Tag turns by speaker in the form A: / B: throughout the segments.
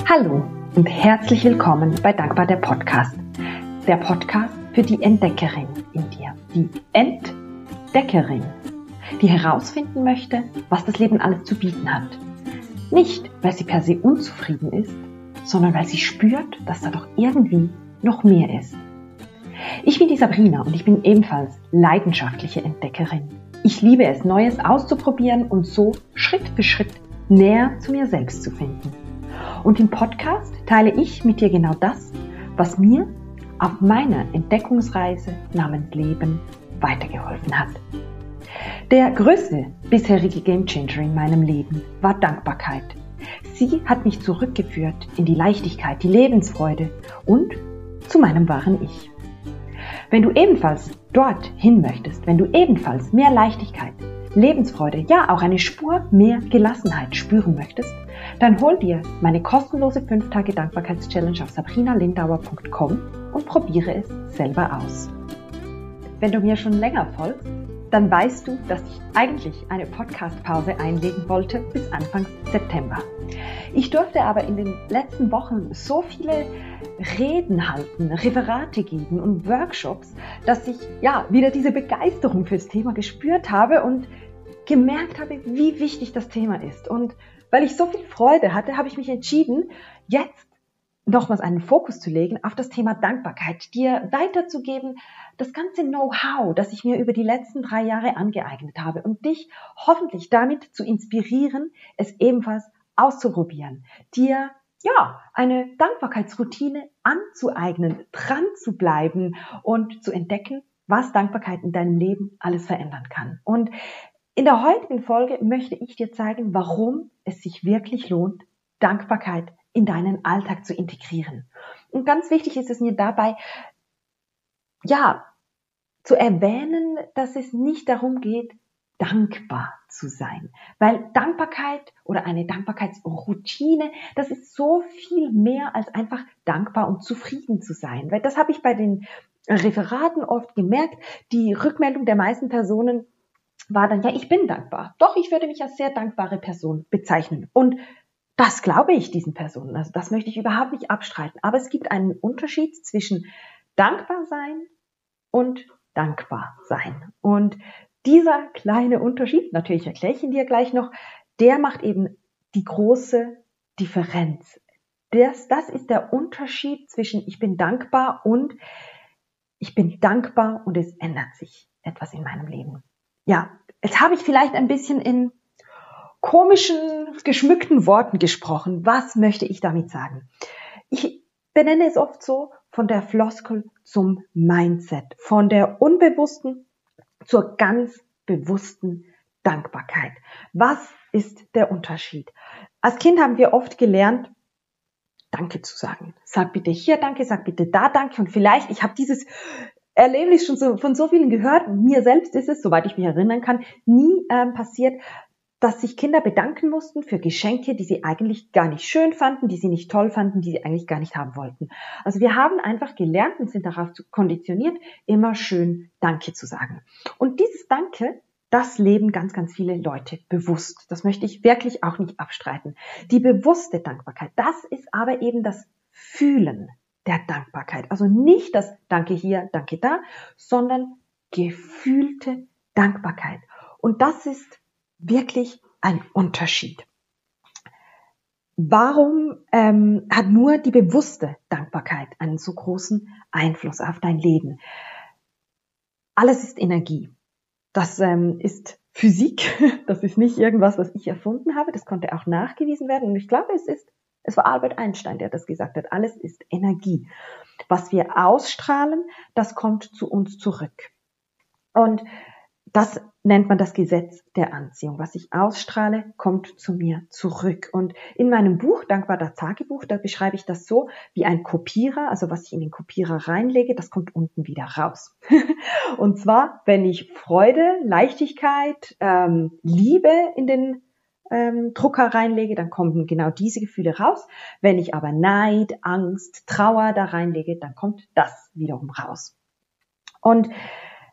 A: Hallo und herzlich willkommen bei Dankbar der Podcast. Der Podcast für die Entdeckerin in dir, die Entdeckerin, die herausfinden möchte, was das Leben alles zu bieten hat. Nicht, weil sie per se unzufrieden ist, sondern weil sie spürt, dass da doch irgendwie noch mehr ist. Ich bin die Sabrina und ich bin ebenfalls leidenschaftliche Entdeckerin. Ich liebe es, Neues auszuprobieren und so Schritt für Schritt näher zu mir selbst zu finden. Und im Podcast teile ich mit dir genau das, was mir auf meiner Entdeckungsreise namens Leben weitergeholfen hat. Der größte bisherige Gamechanger in meinem Leben war Dankbarkeit. Sie hat mich zurückgeführt in die Leichtigkeit, die Lebensfreude und zu meinem wahren Ich. Wenn du ebenfalls dorthin möchtest, wenn du ebenfalls mehr Leichtigkeit, Lebensfreude, ja auch eine Spur mehr Gelassenheit spüren möchtest, dann hol dir meine kostenlose 5-Tage-Dankbarkeits-Challenge auf sabrinalindauer.com und probiere es selber aus. Wenn du mir schon länger folgst, dann weißt du, dass ich eigentlich eine Podcast-Pause einlegen wollte bis Anfang September. Ich durfte aber in den letzten Wochen so viele Reden halten, Referate geben und Workshops, dass ich wieder diese Begeisterung fürs Thema gespürt habe und gemerkt habe, wie wichtig das Thema ist. Und weil ich so viel Freude hatte, habe ich mich entschieden, jetzt nochmals einen Fokus zu legen auf das Thema Dankbarkeit, dir weiterzugeben, das ganze Know-how, das ich mir über die letzten 3 Jahre angeeignet habe und dich hoffentlich damit zu inspirieren, es ebenfalls auszuprobieren, dir eine Dankbarkeitsroutine anzueignen, dran zu bleiben und zu entdecken, was Dankbarkeit in deinem Leben alles verändern kann. Und in der heutigen Folge möchte ich dir zeigen, warum es sich wirklich lohnt, Dankbarkeit in deinen Alltag zu integrieren. Und ganz wichtig ist es mir dabei, zu erwähnen, dass es nicht darum geht, dankbar zu sein. Weil Dankbarkeit oder eine Dankbarkeitsroutine, das ist so viel mehr als einfach dankbar und zufrieden zu sein. Weil das habe ich bei den Referaten oft gemerkt. Die Rückmeldung der meisten Personen war dann, ich bin dankbar. Doch, ich würde mich als sehr dankbare Person bezeichnen. Und das glaube ich diesen Personen. Also das möchte ich überhaupt nicht abstreiten. Aber es gibt einen Unterschied zwischen dankbar sein und dankbar sein. Und dieser kleine Unterschied, natürlich erkläre ich ihn dir gleich noch, der macht eben die große Differenz. Das ist der Unterschied zwischen ich bin dankbar und ich bin dankbar und es ändert sich etwas in meinem Leben. Ja, jetzt habe ich vielleicht ein bisschen in komischen, geschmückten Worten gesprochen. Was möchte ich damit sagen? Ich benenne es oft so, von der Floskel zum Mindset, von der unbewussten zur ganz bewussten Dankbarkeit. Was ist der Unterschied? Als Kind haben wir oft gelernt, Danke zu sagen. Sag bitte hier Danke, sag bitte da Danke. Und vielleicht, ich habe dieses Erlebnis schon von so vielen gehört, mir selbst ist es, soweit ich mich erinnern kann, nie passiert, dass sich Kinder bedanken mussten für Geschenke, die sie eigentlich gar nicht schön fanden, die sie nicht toll fanden, die sie eigentlich gar nicht haben wollten. Also wir haben einfach gelernt und sind darauf konditioniert, immer schön Danke zu sagen. Und dieses Danke, das leben ganz, ganz viele Leute bewusst. Das möchte ich wirklich auch nicht abstreiten. Die bewusste Dankbarkeit, das ist aber eben das Fühlen der Dankbarkeit. Also nicht das Danke hier, Danke da, sondern gefühlte Dankbarkeit. Und das ist wirklich ein Unterschied. Warum hat nur die bewusste Dankbarkeit einen so großen Einfluss auf dein Leben? Alles ist Energie. Das ist Physik. Das ist nicht irgendwas, was ich erfunden habe. Das konnte auch nachgewiesen werden. Und ich glaube, es war Albert Einstein, der das gesagt hat. Alles ist Energie. Was wir ausstrahlen, das kommt zu uns zurück. Und das nennt man das Gesetz der Anziehung. Was ich ausstrahle, kommt zu mir zurück. Und in meinem Buch, Dankbar das Tagebuch, da beschreibe ich das so wie ein Kopierer. Also was ich in den Kopierer reinlege, das kommt unten wieder raus. Und zwar, wenn ich Freude, Leichtigkeit, Liebe in den Drucker reinlege, dann kommen genau diese Gefühle raus. Wenn ich aber Neid, Angst, Trauer da reinlege, dann kommt das wiederum raus. Und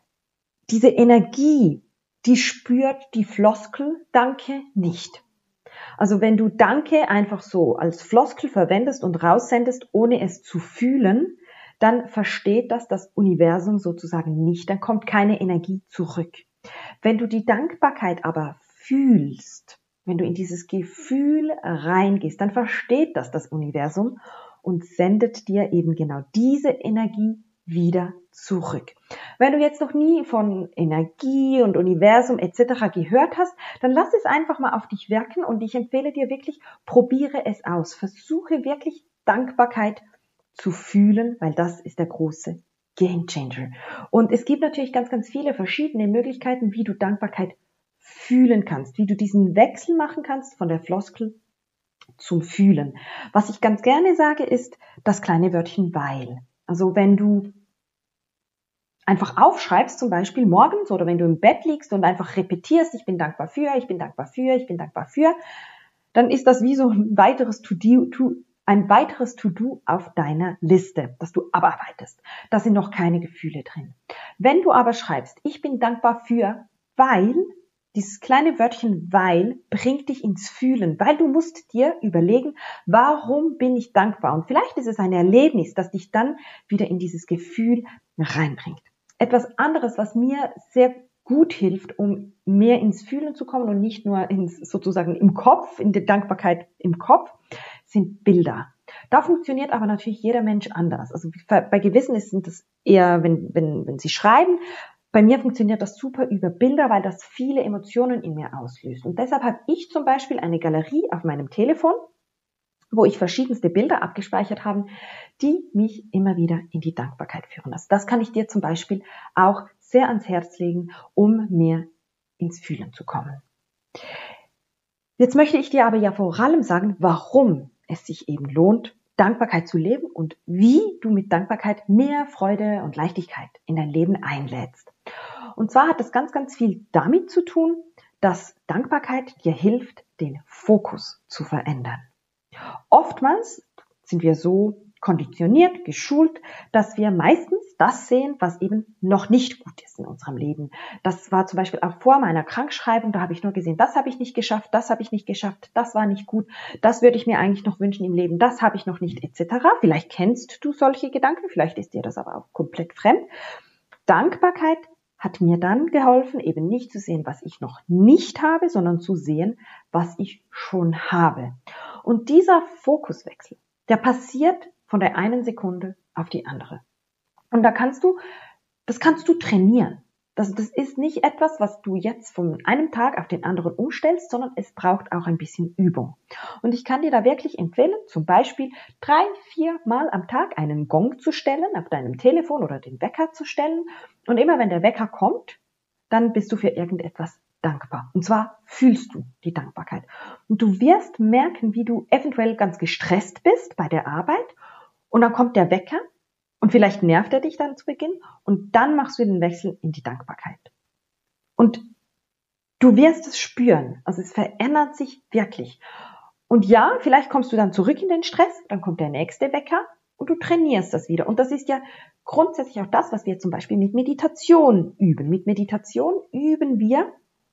A: diese Energie, die spürt die Floskel Danke nicht. Also wenn du Danke einfach so als Floskel verwendest und raussendest, ohne es zu fühlen, dann versteht das Universum sozusagen nicht, dann kommt keine Energie zurück. Wenn du die Dankbarkeit aber fühlst, wenn du in dieses Gefühl reingehst, dann versteht das Universum und sendet dir eben genau diese Energie wieder zurück. Wenn du jetzt noch nie von Energie und Universum etc. gehört hast, dann lass es einfach mal auf dich wirken und ich empfehle dir wirklich, probiere es aus. Versuche wirklich Dankbarkeit zu fühlen, weil das ist der große Gamechanger. Und es gibt natürlich ganz, ganz viele verschiedene Möglichkeiten, wie du Dankbarkeit fühlen kannst, wie du diesen Wechsel machen kannst von der Floskel zum Fühlen. Was ich ganz gerne sage, ist das kleine Wörtchen weil. Also wenn du einfach aufschreibst, zum Beispiel morgens oder wenn du im Bett liegst und einfach repetierst, ich bin dankbar für, ich bin dankbar für, ich bin dankbar für, dann ist das wie so ein weiteres To-Do auf deiner Liste, das du abarbeitest. Da sind noch keine Gefühle drin. Wenn du aber schreibst, ich bin dankbar für, weil, dieses kleine Wörtchen weil bringt dich ins Fühlen, weil du musst dir überlegen, warum bin ich dankbar? Und vielleicht ist es ein Erlebnis, das dich dann wieder in dieses Gefühl reinbringt. Etwas anderes, was mir sehr gut hilft, um mehr ins Fühlen zu kommen und nicht nur sozusagen im Kopf, in der Dankbarkeit im Kopf, sind Bilder. Da funktioniert aber natürlich jeder Mensch anders. Also bei Gewissen sind das eher, wenn sie schreiben. Bei mir funktioniert das super über Bilder, weil das viele Emotionen in mir auslöst. Und deshalb habe ich zum Beispiel eine Galerie auf meinem Telefon, wo ich verschiedenste Bilder abgespeichert habe, die mich immer wieder in die Dankbarkeit führen. Also das kann ich dir zum Beispiel auch sehr ans Herz legen, um mehr ins Fühlen zu kommen. Jetzt möchte ich dir aber ja vor allem sagen, warum es sich eben lohnt, Dankbarkeit zu leben und wie du mit Dankbarkeit mehr Freude und Leichtigkeit in dein Leben einlädst. Und zwar hat das ganz, ganz viel damit zu tun, dass Dankbarkeit dir hilft, den Fokus zu verändern. Oftmals sind wir so konditioniert, geschult, dass wir meistens das sehen, was eben noch nicht gut ist in unserem Leben. Das war zum Beispiel auch vor meiner Krankschreibung, da habe ich nur gesehen, das habe ich nicht geschafft, das habe ich nicht geschafft, das war nicht gut, das würde ich mir eigentlich noch wünschen im Leben, das habe ich noch nicht etc. Vielleicht kennst du solche Gedanken, vielleicht ist dir das aber auch komplett fremd. Dankbarkeit hat mir dann geholfen, eben nicht zu sehen, was ich noch nicht habe, sondern zu sehen, was ich schon habe. Und dieser Fokuswechsel, der passiert von der einen Sekunde auf die andere. Und das kannst du trainieren. Das ist nicht etwas, was du jetzt von einem Tag auf den anderen umstellst, sondern es braucht auch ein bisschen Übung. Und ich kann dir da wirklich empfehlen, zum Beispiel 3-4 Mal am Tag einen Gong zu stellen, auf deinem Telefon oder den Wecker zu stellen. Und immer wenn der Wecker kommt, dann bist du für irgendetwas dankbar. Und zwar fühlst du die Dankbarkeit. Und du wirst merken, wie du eventuell ganz gestresst bist bei der Arbeit. Und dann kommt der Wecker. Und vielleicht nervt er dich dann zu Beginn und dann machst du den Wechsel in die Dankbarkeit. Und du wirst es spüren. Also es verändert sich wirklich. Und ja, vielleicht kommst du dann zurück in den Stress, dann kommt der nächste Wecker und du trainierst das wieder. Und das ist ja grundsätzlich auch das, was wir zum Beispiel mit Meditation üben. Mit Meditation üben wir,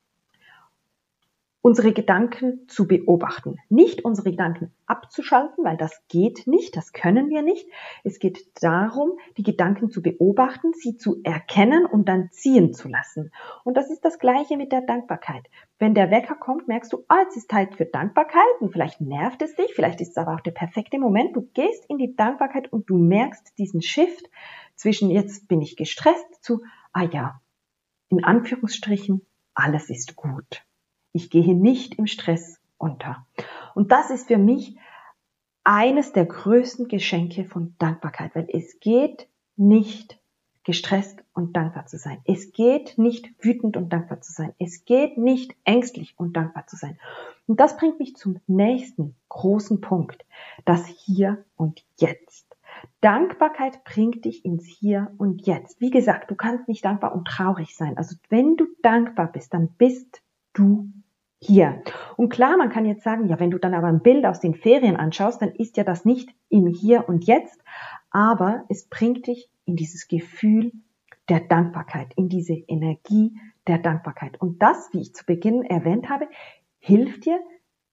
A: unsere Gedanken zu beobachten. Nicht unsere Gedanken abzuschalten, weil das geht nicht, das können wir nicht. Es geht darum, die Gedanken zu beobachten, sie zu erkennen und dann ziehen zu lassen. Und das ist das Gleiche mit der Dankbarkeit. Wenn der Wecker kommt, merkst du, jetzt ist Zeit für Dankbarkeit und vielleicht nervt es dich, vielleicht ist es aber auch der perfekte Moment. Du gehst in die Dankbarkeit und du merkst diesen Shift zwischen jetzt bin ich gestresst zu, in Anführungsstrichen, alles ist gut. Ich gehe nicht im Stress unter. Und das ist für mich eines der größten Geschenke von Dankbarkeit, weil es geht nicht gestresst und dankbar zu sein. Es geht nicht wütend und dankbar zu sein. Es geht nicht ängstlich und dankbar zu sein. Und das bringt mich zum nächsten großen Punkt, das Hier und Jetzt. Dankbarkeit bringt dich ins Hier und Jetzt. Wie gesagt, du kannst nicht dankbar und traurig sein. Also wenn du dankbar bist, dann bist du hier. Und klar, man kann jetzt sagen, ja, wenn du dann aber ein Bild aus den Ferien anschaust, dann ist ja das nicht im Hier und Jetzt, aber es bringt dich in dieses Gefühl der Dankbarkeit, in diese Energie der Dankbarkeit. Und das, wie ich zu Beginn erwähnt habe, hilft dir,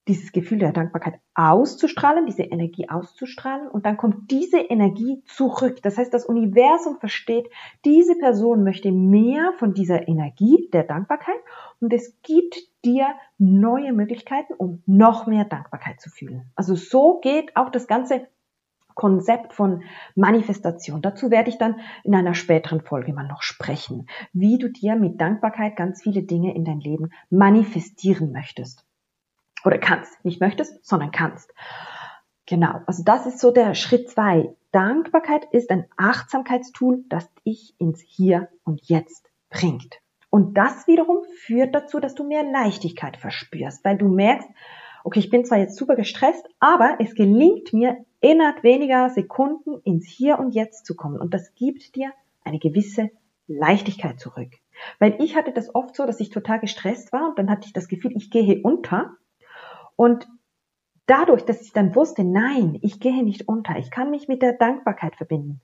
A: dieses Gefühl der Dankbarkeit auszustrahlen, diese Energie auszustrahlen und dann kommt diese Energie zurück. Das heißt, das Universum versteht, diese Person möchte mehr von dieser Energie der Dankbarkeit und es gibt dir neue Möglichkeiten, um noch mehr Dankbarkeit zu fühlen. Also so geht auch das ganze Konzept von Manifestation. Dazu werde ich dann in einer späteren Folge mal noch sprechen, wie du dir mit Dankbarkeit ganz viele Dinge in dein Leben manifestieren möchtest. Oder kannst. Nicht möchtest, sondern kannst. Genau. Also das ist so der Schritt 2. Dankbarkeit ist ein Achtsamkeitstool, das dich ins Hier und Jetzt bringt. Und das wiederum führt dazu, dass du mehr Leichtigkeit verspürst, weil du merkst, okay, ich bin zwar jetzt super gestresst, aber es gelingt mir, innerhalb weniger Sekunden ins Hier und Jetzt zu kommen. Und das gibt dir eine gewisse Leichtigkeit zurück. Weil ich hatte das oft so, dass ich total gestresst war und dann hatte ich das Gefühl, ich gehe unter. Und dadurch, dass ich dann wusste, nein, ich gehe nicht unter, ich kann mich mit der Dankbarkeit verbinden,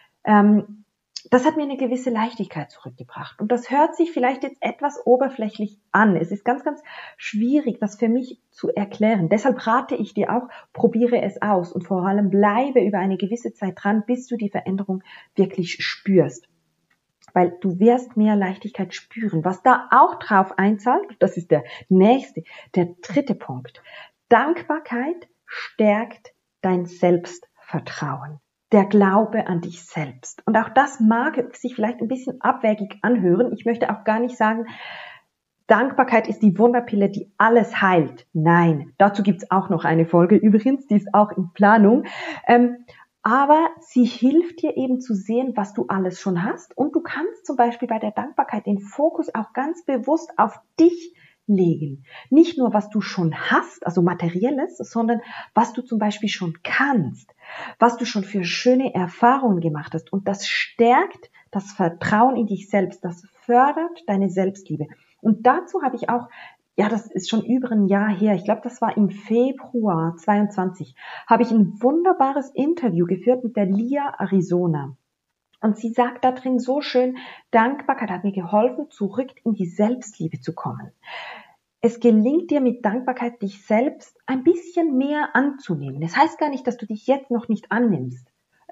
A: das hat mir eine gewisse Leichtigkeit zurückgebracht. Und das hört sich vielleicht jetzt etwas oberflächlich an. Es ist ganz, ganz schwierig, das für mich zu erklären. Deshalb rate ich dir auch, probiere es aus und vor allem bleibe über eine gewisse Zeit dran, bis du die Veränderung wirklich spürst. Weil du wirst mehr Leichtigkeit spüren. Was da auch drauf einzahlt, das ist der dritte Punkt. Dankbarkeit stärkt dein Selbstvertrauen. Der Glaube an dich selbst. Und auch das mag sich vielleicht ein bisschen abwägig anhören. Ich möchte auch gar nicht sagen, Dankbarkeit ist die Wunderpille, die alles heilt. Nein, dazu gibt's auch noch eine Folge übrigens, die ist auch in Planung. Aber sie hilft dir eben zu sehen, was du alles schon hast. Und du kannst zum Beispiel bei der Dankbarkeit den Fokus auch ganz bewusst auf dich legen. Nicht nur, was du schon hast, also Materielles, sondern was du zum Beispiel schon kannst, was du schon für schöne Erfahrungen gemacht hast. Und das stärkt das Vertrauen in dich selbst, das fördert deine Selbstliebe. Und dazu habe ich auch, das ist schon über ein Jahr her, ich glaube, das war im Februar 22, habe ich ein wunderbares Interview geführt mit der Lia Arizona. Und sie sagt da drin so schön, Dankbarkeit hat mir geholfen, zurück in die Selbstliebe zu kommen. Es gelingt dir mit Dankbarkeit, dich selbst ein bisschen mehr anzunehmen. Das heißt gar nicht, dass du dich jetzt noch nicht annimmst.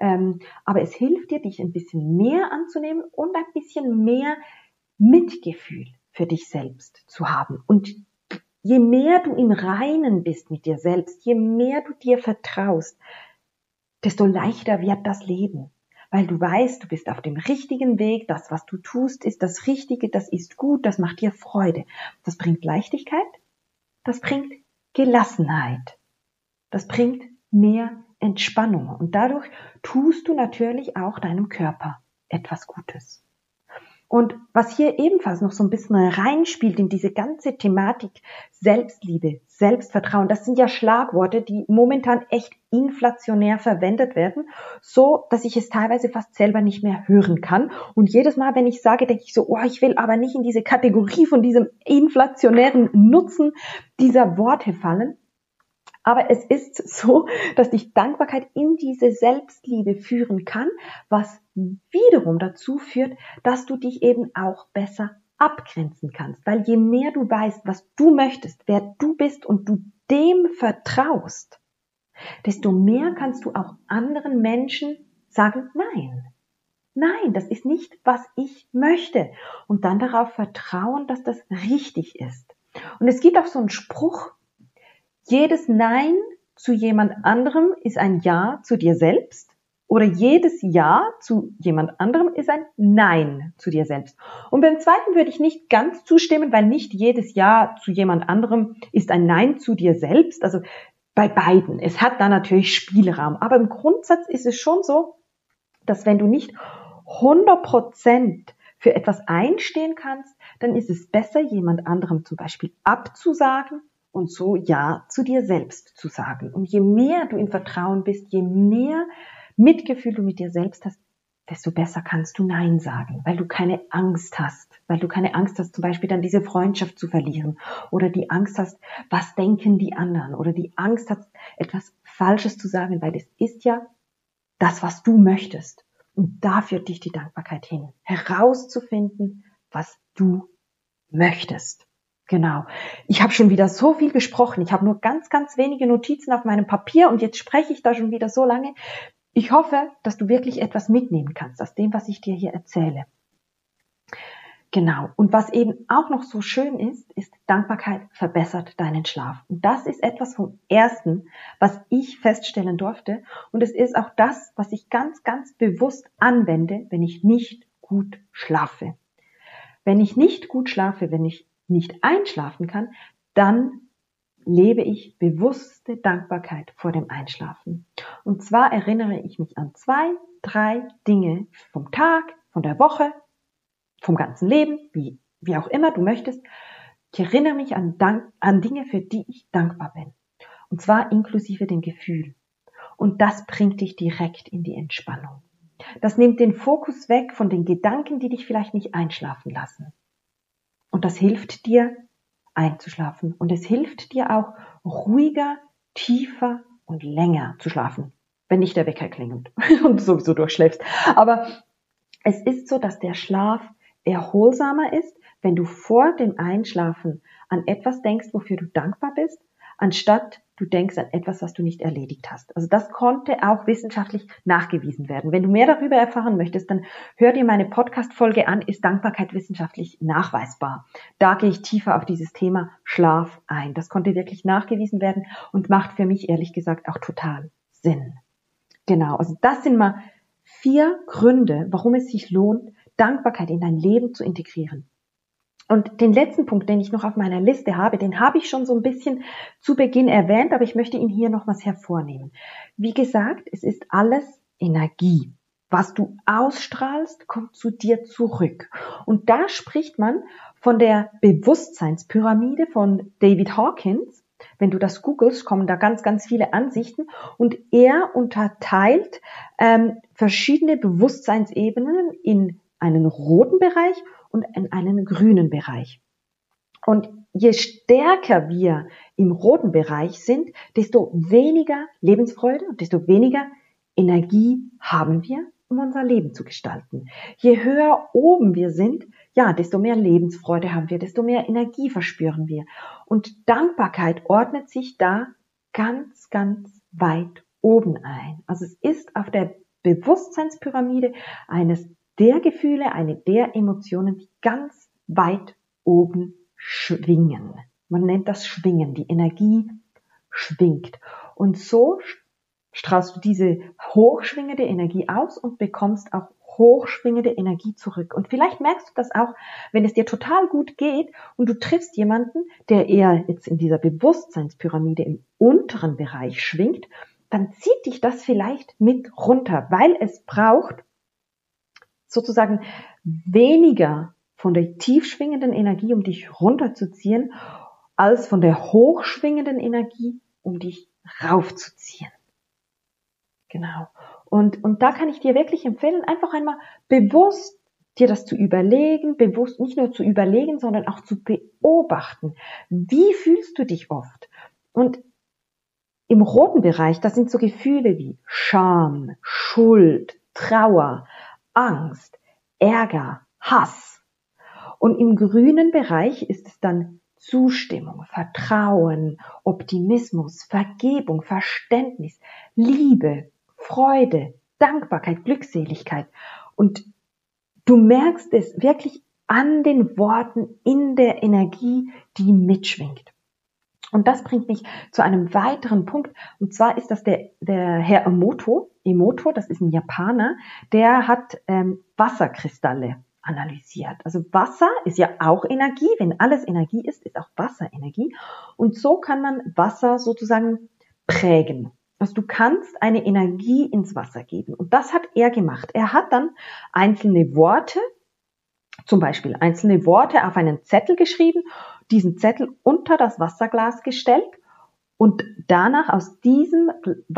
A: Aber es hilft dir, dich ein bisschen mehr anzunehmen und ein bisschen mehr Mitgefühl für dich selbst zu haben. Und je mehr du im Reinen bist mit dir selbst, je mehr du dir vertraust, desto leichter wird das Leben. Weil du weißt, du bist auf dem richtigen Weg, das, was du tust, ist das Richtige, das ist gut, das macht dir Freude. Das bringt Leichtigkeit, das bringt Gelassenheit, das bringt mehr Entspannung. Und dadurch tust du natürlich auch deinem Körper etwas Gutes. Und was hier ebenfalls noch so ein bisschen reinspielt in diese ganze Thematik Selbstliebe, Selbstvertrauen, das sind ja Schlagworte, die momentan echt inflationär verwendet werden, so dass ich es teilweise fast selber nicht mehr hören kann. Und jedes Mal, wenn ich sage, denke ich so, ich will aber nicht in diese Kategorie von diesem inflationären Nutzen dieser Worte fallen. Aber es ist so, dass dich Dankbarkeit in diese Selbstliebe führen kann, was wiederum dazu führt, dass du dich eben auch besser abgrenzen kannst. Weil je mehr du weißt, was du möchtest, wer du bist und du dem vertraust, desto mehr kannst du auch anderen Menschen sagen, nein, das ist nicht, was ich möchte. Und dann darauf vertrauen, dass das richtig ist. Und es gibt auch so einen Spruch, jedes Nein zu jemand anderem ist ein Ja zu dir selbst oder jedes Ja zu jemand anderem ist ein Nein zu dir selbst. Und beim zweiten würde ich nicht ganz zustimmen, weil nicht jedes Ja zu jemand anderem ist ein Nein zu dir selbst. Also bei beiden. Es hat da natürlich Spielraum. Aber im Grundsatz ist es schon so, dass wenn du nicht 100% für etwas einstehen kannst, dann ist es besser, jemand anderem zum Beispiel abzusagen, und so Ja zu dir selbst zu sagen. Und je mehr du in Vertrauen bist, je mehr Mitgefühl du mit dir selbst hast, desto besser kannst du Nein sagen, weil du keine Angst hast. Weil du keine Angst hast, zum Beispiel dann diese Freundschaft zu verlieren. Oder die Angst hast, was denken die anderen? Oder die Angst hast, etwas Falsches zu sagen, weil es ist ja das, was du möchtest. Und da führt dich die Dankbarkeit hin, herauszufinden, was du möchtest. Genau. Ich habe schon wieder so viel gesprochen. Ich habe nur ganz, ganz wenige Notizen auf meinem Papier und jetzt spreche ich da schon wieder so lange. Ich hoffe, dass du wirklich etwas mitnehmen kannst aus dem, was ich dir hier erzähle. Genau. Und was eben auch noch so schön ist, Dankbarkeit verbessert deinen Schlaf. Und das ist etwas vom Ersten, was ich feststellen durfte. Und es ist auch das, was ich ganz, ganz bewusst anwende, wenn ich nicht gut schlafe. Wenn ich nicht gut schlafe, wenn ich nicht einschlafen kann, dann lebe ich bewusste Dankbarkeit vor dem Einschlafen. Und zwar erinnere ich mich an 2, 3 Dinge vom Tag, von der Woche, vom ganzen Leben, wie auch immer du möchtest. Ich erinnere mich an Dinge, für die ich dankbar bin. Und zwar inklusive dem Gefühl. Und das bringt dich direkt in die Entspannung. Das nimmt den Fokus weg von den Gedanken, die dich vielleicht nicht einschlafen lassen. Und das hilft dir, einzuschlafen. Und es hilft dir auch, ruhiger, tiefer und länger zu schlafen, wenn nicht der Wecker klingelt und du sowieso durchschläfst. Aber es ist so, dass der Schlaf erholsamer ist, wenn du vor dem Einschlafen an etwas denkst, wofür du dankbar bist, anstatt du denkst an etwas, was du nicht erledigt hast. Also das konnte auch wissenschaftlich nachgewiesen werden. Wenn du mehr darüber erfahren möchtest, dann hör dir meine Podcast-Folge an, ist Dankbarkeit wissenschaftlich nachweisbar. Da gehe ich tiefer auf dieses Thema Schlaf ein. Das konnte wirklich nachgewiesen werden und macht für mich ehrlich gesagt auch total Sinn. Genau, also das sind mal 4 Gründe, warum es sich lohnt, Dankbarkeit in dein Leben zu integrieren. Und den letzten Punkt, den ich noch auf meiner Liste habe, den habe ich schon so ein bisschen zu Beginn erwähnt, aber ich möchte ihn hier nochmals hervornehmen. Wie gesagt, es ist alles Energie. Was du ausstrahlst, kommt zu dir zurück. Und da spricht man von der Bewusstseinspyramide von David Hawkins. Wenn du das googelst, kommen da ganz, ganz viele Ansichten. Und er unterteilt verschiedene Bewusstseinsebenen in einen roten Bereich und in einen grünen Bereich. Und je stärker wir im roten Bereich sind, desto weniger Lebensfreude und desto weniger Energie haben wir, um unser Leben zu gestalten. Je höher oben wir sind, ja, desto mehr Lebensfreude haben wir, desto mehr Energie verspüren wir. Und Dankbarkeit ordnet sich da ganz, ganz weit oben ein. Also es ist auf der Bewusstseinspyramide eines der Gefühle, eine der Emotionen, die ganz weit oben schwingen. Man nennt das Schwingen, die Energie schwingt. Und so strahlst du diese hochschwingende Energie aus und bekommst auch hochschwingende Energie zurück. Und vielleicht merkst du das auch, wenn es dir total gut geht und du triffst jemanden, der eher jetzt in dieser Bewusstseinspyramide im unteren Bereich schwingt, dann zieht dich das vielleicht mit runter, weil es braucht sozusagen weniger von der tiefschwingenden Energie, um dich runterzuziehen, als von der hochschwingenden Energie, um dich raufzuziehen. Genau. Und da kann ich dir wirklich empfehlen, einfach einmal bewusst dir das zu überlegen, bewusst nicht nur zu überlegen, sondern auch zu beobachten. Wie fühlst du dich oft? Und im roten Bereich, das sind so Gefühle wie Scham, Schuld, Trauer, Angst, Ärger, Hass. Und im grünen Bereich ist es dann Zustimmung, Vertrauen, Optimismus, Vergebung, Verständnis, Liebe, Freude, Dankbarkeit, Glückseligkeit. Und du merkst es wirklich an den Worten, in der Energie, die mitschwingt. Und das bringt mich zu einem weiteren Punkt. Und zwar ist das der Herr Emoto. Emoto, das ist ein Japaner, der hat Wasserkristalle analysiert. Also Wasser ist ja auch Energie. Wenn alles Energie ist, ist auch Wasser Energie. Und so kann man Wasser sozusagen prägen. Also du kannst eine Energie ins Wasser geben. Und das hat er gemacht. Er hat dann einzelne Worte, zum Beispiel einzelne Worte auf einen Zettel geschrieben, diesen Zettel unter das Wasserglas gestellt und danach aus diesem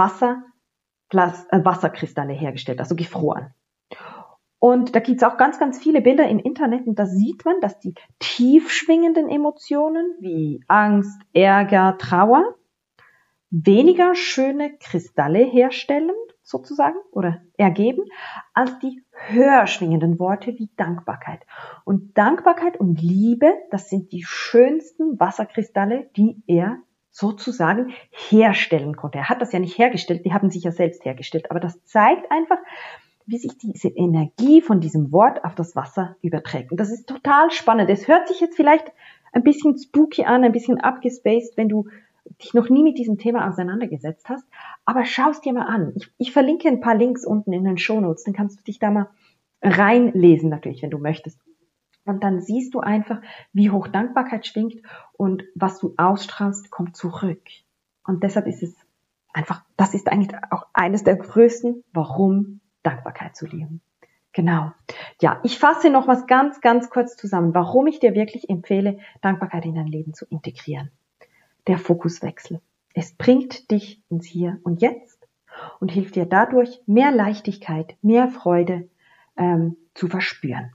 A: Wasserkristalle hergestellt, also gefroren. Und da gibt's auch ganz, ganz viele Bilder im Internet und da sieht man, dass die tief schwingenden Emotionen wie Angst, Ärger, Trauer weniger schöne Kristalle herstellen sozusagen oder ergeben als die höher schwingenden Worte wie Dankbarkeit. Und Dankbarkeit und Liebe, das sind die schönsten Wasserkristalle, die er sozusagen herstellen konnte. Er hat das ja nicht hergestellt, die haben sich ja selbst hergestellt, aber das zeigt einfach, wie sich diese Energie von diesem Wort auf das Wasser überträgt. Und das ist total spannend. Es hört sich jetzt vielleicht ein bisschen spooky an, ein bisschen abgespaced, wenn du dich noch nie mit diesem Thema auseinandergesetzt hast, aber schau es dir mal an. Ich verlinke ein paar Links unten in den Shownotes, dann kannst du dich da mal reinlesen natürlich, wenn du möchtest. Und dann siehst du einfach, wie hoch Dankbarkeit schwingt und was du ausstrahlst, kommt zurück. Und deshalb ist es einfach, das ist eigentlich auch eines der größten, warum Dankbarkeit zu lieben. Genau. Ja, ich fasse noch was ganz, ganz kurz zusammen, warum ich dir wirklich empfehle, Dankbarkeit in dein Leben zu integrieren. Der Fokuswechsel. Es bringt dich ins Hier und Jetzt und hilft dir dadurch, mehr Leichtigkeit, mehr Freude zu verspüren.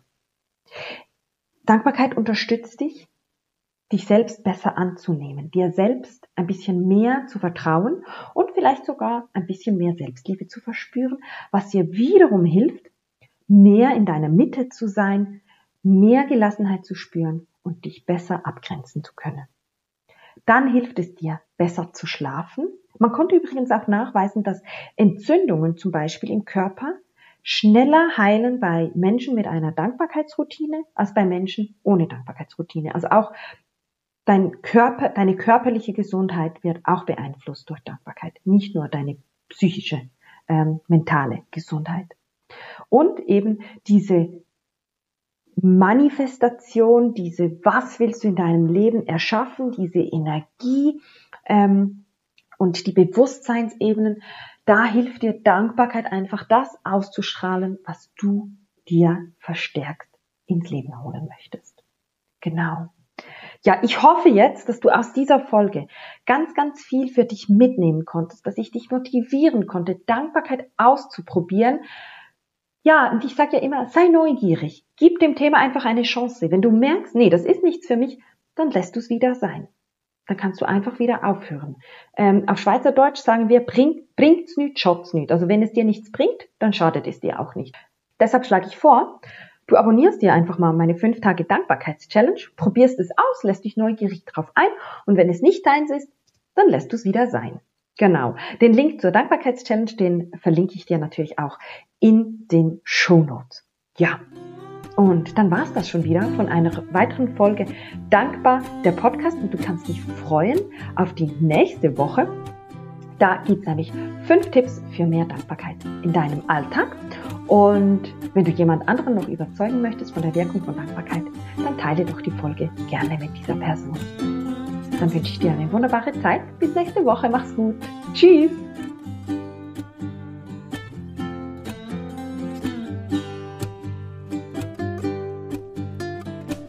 A: Dankbarkeit unterstützt dich, dich selbst besser anzunehmen, dir selbst ein bisschen mehr zu vertrauen und vielleicht sogar ein bisschen mehr Selbstliebe zu verspüren, was dir wiederum hilft, mehr in deiner Mitte zu sein, mehr Gelassenheit zu spüren und dich besser abgrenzen zu können. Dann hilft es dir, besser zu schlafen. Man konnte übrigens auch nachweisen, dass Entzündungen zum Beispiel im Körper schneller heilen bei Menschen mit einer Dankbarkeitsroutine als bei Menschen ohne Dankbarkeitsroutine. Also auch deine körperliche Gesundheit wird auch beeinflusst durch Dankbarkeit, nicht nur deine psychische, mentale Gesundheit. Und eben diese Manifestation, diese was willst du in deinem Leben erschaffen, diese Energie und die Bewusstseinsebenen, da hilft dir Dankbarkeit einfach das auszustrahlen, was du dir verstärkt ins Leben holen möchtest. Genau. Ja, ich hoffe jetzt, dass du aus dieser Folge ganz, ganz viel für dich mitnehmen konntest, dass ich dich motivieren konnte, Dankbarkeit auszuprobieren. Ja, und ich sage ja immer, sei neugierig, gib dem Thema einfach eine Chance. Wenn du merkst, nee, das ist nichts für mich, dann lässt du es wieder sein. Dann kannst du einfach wieder aufhören. Auf Schweizerdeutsch sagen wir, bringt's nüt, schaut's nüt. Also wenn es dir nichts bringt, dann schadet es dir auch nicht. Deshalb schlage ich vor, du abonnierst dir einfach mal meine 5 Tage Dankbarkeits-Challenge, probierst es aus, lässt dich neugierig drauf ein und wenn es nicht deins ist, dann lässt du es wieder sein. Genau. Den Link zur Dankbarkeits-Challenge, den verlinke ich dir natürlich auch in den Shownotes. Ja. Und dann war's das schon wieder von einer weiteren Folge Dankbar, der Podcast. Und du kannst dich freuen auf die nächste Woche. Da gibt's nämlich 5 Tipps für mehr Dankbarkeit in deinem Alltag. Und wenn du jemand anderen noch überzeugen möchtest von der Wirkung von Dankbarkeit, dann teile doch die Folge gerne mit dieser Person. Dann wünsche ich dir eine wunderbare Zeit. Bis nächste Woche. Mach's gut. Tschüss.